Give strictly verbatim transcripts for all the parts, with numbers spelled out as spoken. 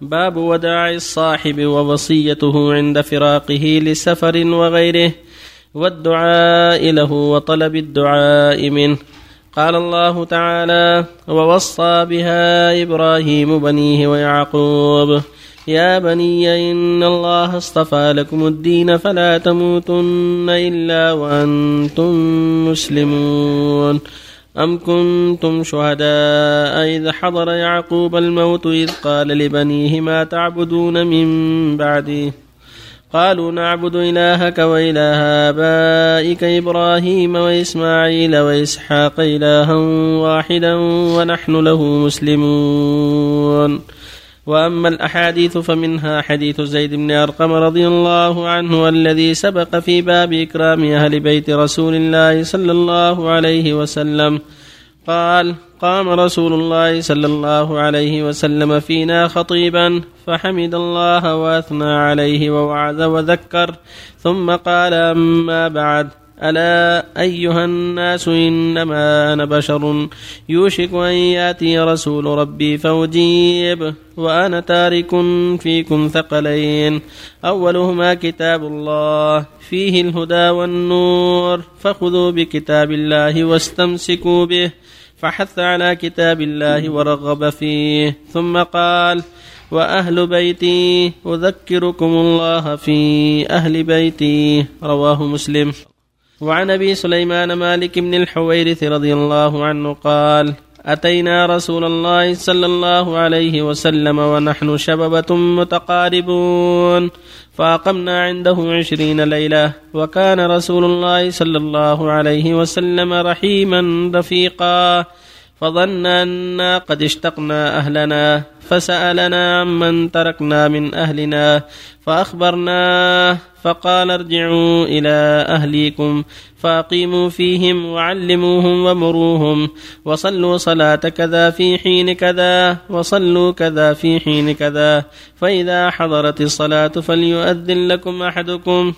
باب وداع الصاحب ووصيته عند فراقه لسفر وغيره والدعاء له وطلب الدعاء منه. قال الله تعالى: ووصى بها إبراهيم بنيه ويعقوب يا بني إن الله اصطفى لكم الدين فلا تموتن إلا وأنتم مسلمون. أم كنتم شهداء إذ حضر يعقوب الموت إذ قال لبنيه ما تعبدون من بعدي قالوا نعبد إلهك وإله آبائك إبراهيم وإسماعيل وإسحاق إلها واحدا ونحن له مسلمون. وأما الأحاديث فمنها حديث زيد بن أرقم رضي الله عنه الذي سبق في باب إكرام أهل بيت رسول الله صلى الله عليه وسلم قال: قام رسول الله صلى الله عليه وسلم فينا خطيبا فحمد الله وأثنى عليه ووعظ وذكر ثم قال: أما بعد، ألا أيها الناس إنما أنا بشر يوشك أن يأتي رسول ربي فأجيب وأنا تارك فيكم ثقلين أولهما كتاب الله فيه الهدى والنور فخذوا بكتاب الله واستمسكوا به، فحث على كتاب الله ورغب فيه، ثم قال: وأهل بيتي أذكركم الله في أهل بيتي. رواه مسلم. وعن أبي سليمان مالك بن الحويرث رضي الله عنه قال: أتينا رسول الله صلى الله عليه وسلم ونحن شببة متقاربون فأقمنا عنده عشرين ليلة، وكان رسول الله صلى الله عليه وسلم رحيما رفيقا، فظن أننا قد اشتقنا أهلنا فسألنا عمن تركنا من أهلنا فأخبرناه فقال: ارجعوا إلى أهليكم فأقيموا فيهم وعلموهم ومروهم وصلوا صلاة كذا في حين كذا وصلوا كذا في حين كذا، فإذا حضرت الصلاة فليؤذن لكم أحدكم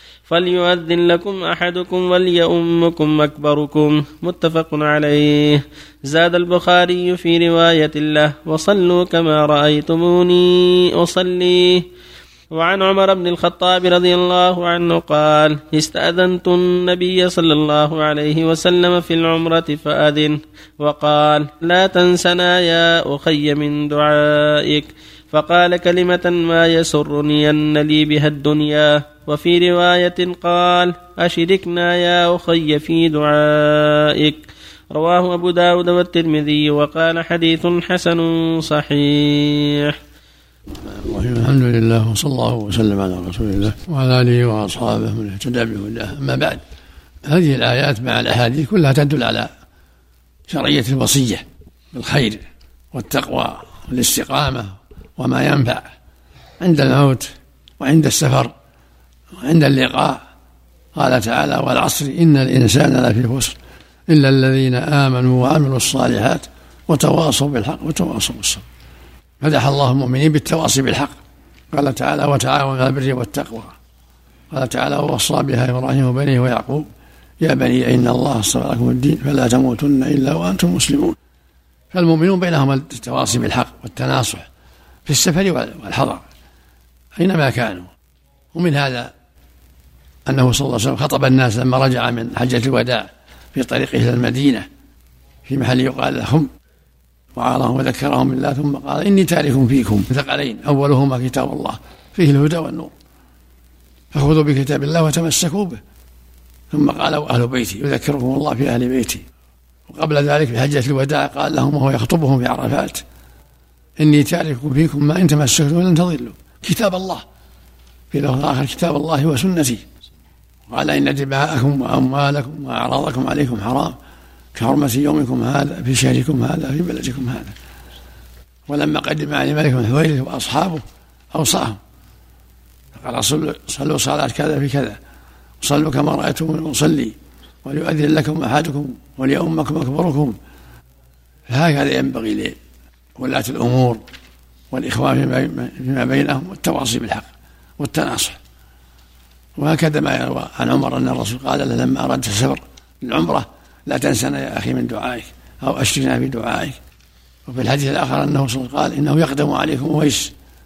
فليؤذن لكم أحدكم وليؤمكم أكبركم. متفق عليه. زاد البخاري في رواية له: وصلوا كما رأيتموني أصلي. وعن عمر بن الخطاب رضي الله عنه قال: استأذنت النبي صلى الله عليه وسلم في العمرة فأذن وقال: لا تنسنا يا أخي من دعائك، فقال كلمة ما يسرني أن لي بها الدنيا. وفي رواية قال: أشركنا يا أخي في دعائك. رواه أبو داود والترمذي وقال حديث حسن صحيح. الحمد لله وصلى الله وسلم على رسول الله وعلى آله وأصحابه من اهتدى بهداه. أما بعد، هذه الآيات مع الأحاديث كلها تدل على شرعية الوصية بالخير والتقوى والاستقامة وما ينفع عند الموت وعند السفر وعند اللقاء. قال تعالى: والعصر إن الإنسان لفي خسر إلا الذين آمنوا وعملوا الصالحات وتواصوا بالحق وتواصوا بالصبر. مدح الله المؤمنين بالتواصي بالحق. قال تعالى: وتعاونوا على البر والتقوى. قال تعالى: ووصى بها إبراهيم وبنيه ويعقوب يا بني إن الله اصطفى لكم الدين فلا تموتن إلا وأنتم مسلمون. فالمؤمنون بينهم التواصي بالحق والتناصح في السفر والحضر أينما كانوا. ومن هذا أنه صلى الله عليه وسلم خطب الناس لما رجع من حجة الوداع في طريقه إلى المدينة في محل يقال لهم، وعظهم وذكرهم بالله، ثم قال: إني تارك فيكم ثقلين أولهما كتاب الله فيه الهدى والنور فخذوا بكتاب الله وتمسكوا به. ثم قال: وأهل بيتي يذكركم الله في أهل بيتي. وقبل ذلك في حجة الوداع قال لهم وهو يخطبهم في عرفات: إني تارك فيكم ما إن تمسكتم لن تضلوا كتاب الله، في لفظ آخر كتاب الله وسنتي. قال: إن دماءكم وأموالكم وأعراضكم عليكم حرام كحرمة يومكم هذا في شهركم هذا في بلدكم هذا. ولما قدم علي مالك بن الحويرث وأصحابه أوصاهم فقال: صلوا صلاة كذا في كذا وصلوا كما رأيتم أصلي وليؤذن لكم أحدكم وليؤمكم أكبركم. فهكذا ينبغي لولاة الأمور والإخوان فيما بينهم والتواصي بالحق والتناصح. وهكذا ما يروى عن عمر أن الرسول قال له لما أراد السفر للعمرة: لا تنسنا يا أخي من دعائك أو أشركنا في دعائك. وفي الحديث الآخر أنه قال: إنه يقدم عليكم أويس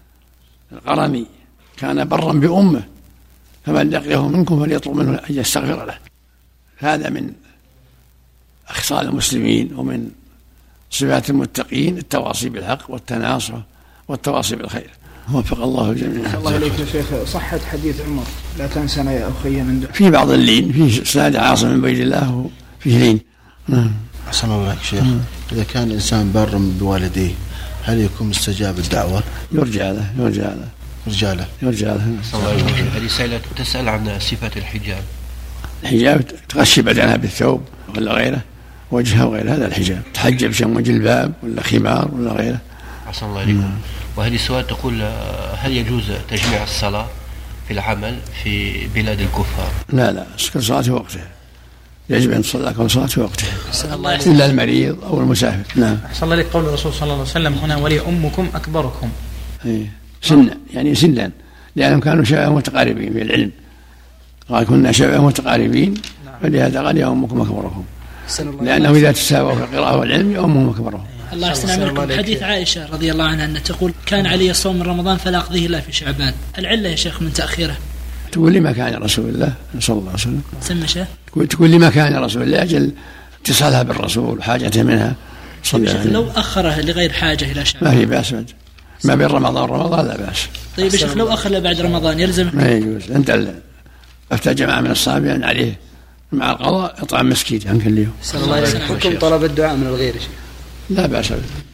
القرني كان برا بأمه، فمن لقيه منكم فليطلب منه أن يستغفر له. هذا من أخصال المسلمين ومن صفات المتقين التواصي بالحق والتناصر والتواصي بالخير. وفق الله الجميع. الله عليك يا شيخ، صحة حديث عمر لا تنسنا يا أخي من دعاء. في بعض اللين، في إسناد عاصم بن عبيد الله وفيه لين. أحسن الله عليك شيخ. إذا كان الإنسان بار بوالديه هل يكون مستجاب الدعوة؟ يرجع له يرجع له يرجع له يرجع له. هذه سائلة تسأل عن صفة الحجاب. الحجاب تغشي بدنها بالثوب ولا غيره، وجهها وغيره، هذا الحجاب. تحجب شم جلباب ولا خمار ولا غيره. أحسن الله عليكم. وهذه سؤال تقول هل يجوز تجميع الصلاة في العمل في بلاد الكفار؟ لا لا، كل صلاة في وقتها، يجب أن تصلى كل صلاة في وقتها إلا المريض أو المسافر. نعم. أحسن الله عليك. قول الرسول صلى الله عليه وسلم هنا ولي أمكم أكبركم. إيه سنا، يعني سنا، لأنهم كانوا شباب متقاربين في العلم، قال كنا شباب متقاربين فلهذا قال يا أمكم أكبركم، لأنهم إذا تساووا في القراءة والعلم يا أمهم أكبرهم. الله يحسن عملكم. حديث عائشة رضي الله عنها أن تقول كان علي الصوم من رمضان فلا أقضيه إلا في شعبان. العلة يا شيخ من تأخيره؟ تقول لي ما كان رسول الله صلى الله عليه وسلم. سمى شيخ؟ تقول لي ما كان رسول الله أجل اتصالها بالرسول وحاجته منها صلى الله عليه وسلم. لو أخرها لغير حاجة إلى شعبان ما في بأس، ما بين رمضان ورمضان لا بأس. طيب يا شيخ لو أخر بعد رمضان يلزم؟ ما يجوز. أنت أفتى جماعة من الصحابة أن عليه مع القضاء يطعم مسكين عن كل يوم. حكم طلب الدعاء من الغير شيء لا بأس.